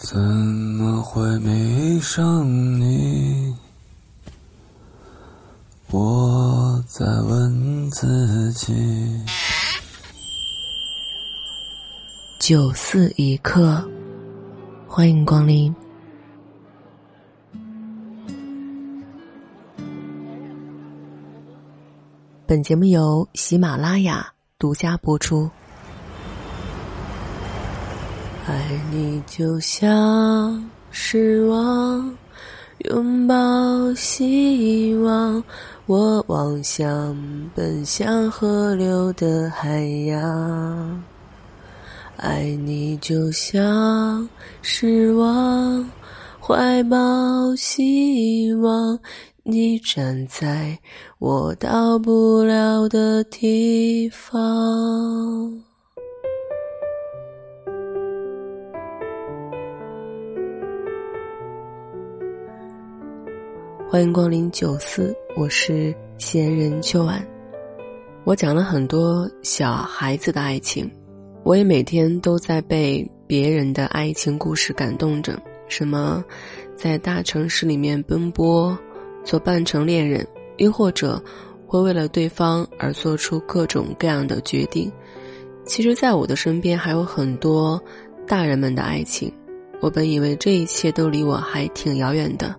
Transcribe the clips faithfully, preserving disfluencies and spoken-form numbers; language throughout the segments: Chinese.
怎么会迷上你？我在问自己。 九四一刻，欢迎光临。本节目由喜马拉雅独家播出。爱你就像失望，拥抱希望，我望向奔向河流的海洋。爱你就像失望，怀抱希望，你站在我到不了的地方。欢迎光临九四，我是闲人秋晚。我讲了很多小孩子的爱情，我也每天都在被别人的爱情故事感动着，什么在大城市里面奔波，做半程恋人，又或者会为了对方而做出各种各样的决定。其实在我的身边还有很多大人们的爱情，我本以为这一切都离我还挺遥远的。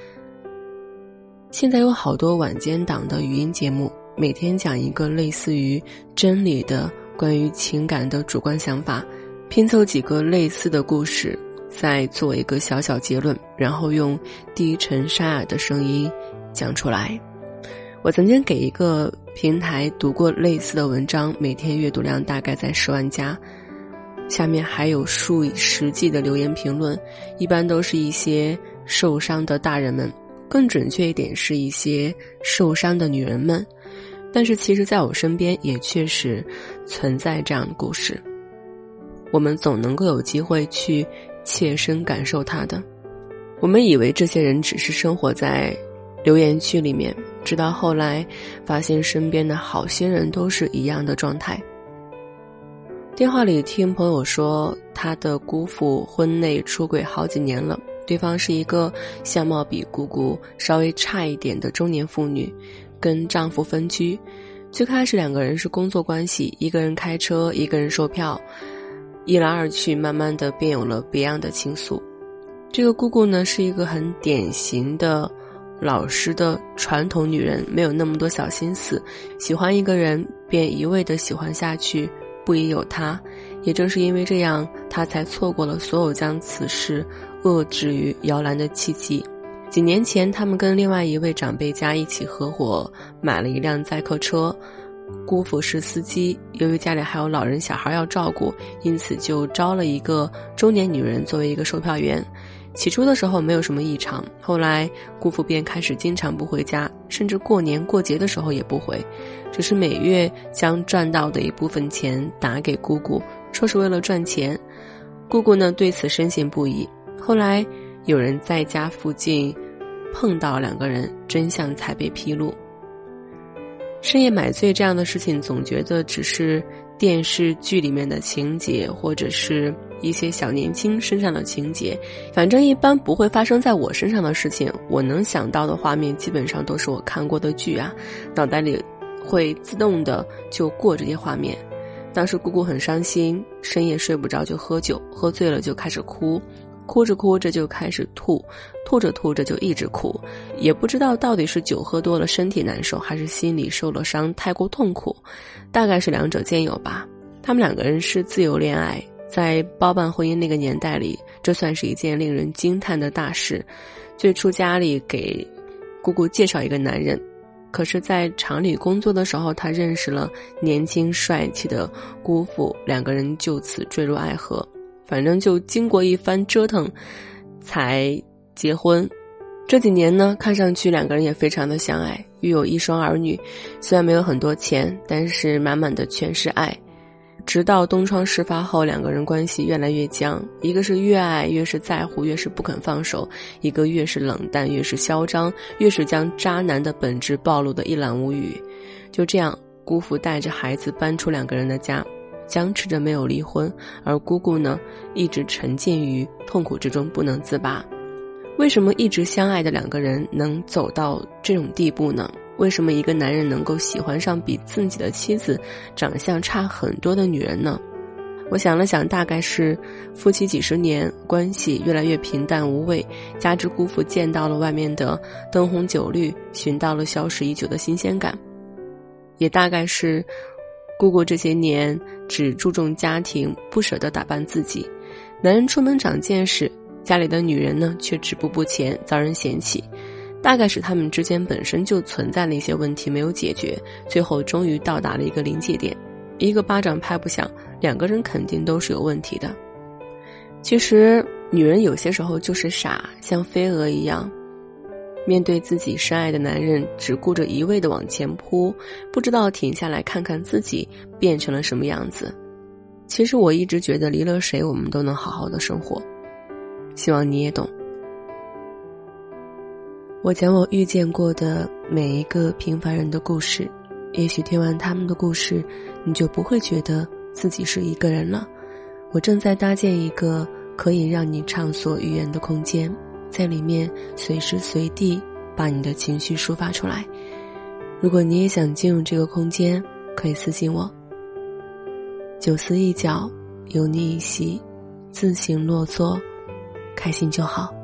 现在有好多晚间档的语音节目，每天讲一个类似于真理的关于情感的主观想法，拼凑几个类似的故事，再做一个小小结论，然后用低沉沙哑的声音讲出来。我曾经给一个平台读过类似的文章，每天阅读量大概在十万加，下面还有数以十计的留言评论，一般都是一些受伤的大人们，更准确一点是一些受伤的女人们。但是其实在我身边也确实存在这样的故事，我们总能够有机会去切身感受它的。我们以为这些人只是生活在留言区里面，直到后来发现身边的好些人都是一样的状态。电话里听朋友说，他的姑父婚内出轨好几年了，对方是一个相貌比姑姑稍微差一点的中年妇女，跟丈夫分居。最开始两个人是工作关系，一个人开车，一个人售票，一来二去，慢慢的便有了别样的情愫。这个姑姑呢，是一个很典型的老实的传统女人，没有那么多小心思，喜欢一个人便一味的喜欢下去，不疑有他。也正是因为这样，她才错过了所有将此事遏制于摇篮的契机。几年前，他们跟另外一位长辈家一起合伙买了一辆载客车，姑父是司机，由于家里还有老人小孩要照顾，因此就招了一个中年女人作为一个售票员。起初的时候没有什么异常，后来姑父便开始经常不回家，甚至过年过节的时候也不回，只是每月将赚到的一部分钱打给姑姑，说是为了赚钱。姑姑呢对此深信不疑，后来有人在家附近碰到两个人，真相才被披露。深夜买醉这样的事情总觉得只是电视剧里面的情节，或者是一些小年轻身上的情节，反正一般不会发生在我身上的事情，我能想到的画面基本上都是我看过的剧啊，脑袋里会自动的就过这些画面。当时姑姑很伤心，深夜睡不着就喝酒，喝醉了就开始哭，哭着哭着就开始吐，吐着吐着就一直哭，也不知道到底是酒喝多了身体难受，还是心里受了伤太过痛苦，大概是两者兼有吧。他们两个人是自由恋爱，在包办婚姻那个年代里，这算是一件令人惊叹的大事。最初家里给姑姑介绍一个男人，可是在厂里工作的时候，他认识了年轻帅气的姑父，两个人就此坠入爱河。反正就经过一番折腾才结婚。这几年呢，看上去两个人也非常的相爱，育有一双儿女，虽然没有很多钱，但是满满的全是爱。直到东窗事发后，两个人关系越来越僵，一个是越爱越是在乎，越是不肯放手，一个越是冷淡越是嚣张，越是将渣男的本质暴露得一览无余。就这样，姑父带着孩子搬出两个人的家， 僵持着没有离婚，而姑姑呢，一直沉浸于痛苦之中不能自拔。为什么一直相爱的两个人能走到这种地步呢？为什么一个男人能够喜欢上比自己的妻子长相差很多的女人呢？我想了想，大概是夫妻几十年，关系越来越平淡无味，加之姑父见到了外面的灯红酒绿，寻到了消失已久的新鲜感，也大概是姑姑这些年只注重家庭，不舍得打扮自己，男人出门长见识，家里的女人呢却止步不前，遭人嫌弃。大概是他们之间本身就存在了一些问题没有解决，最后终于到达了一个临界点，一个巴掌拍不响，两个人肯定都是有问题的。其实女人有些时候就是傻，像飞蛾一样，面对自己深爱的男人，只顾着一味地往前扑，不知道停下来看看自己变成了什么样子。其实我一直觉得离了谁我们都能好好的生活，希望你也懂。我讲我遇见过的每一个平凡人的故事，也许听完他们的故事，你就不会觉得自己是一个人了。我正在搭建一个可以让你畅所欲言的空间，在里面随时随地把你的情绪抒发出来。如果你也想进入这个空间，可以私信我。九思一角，有你一席，自行落座，开心就好。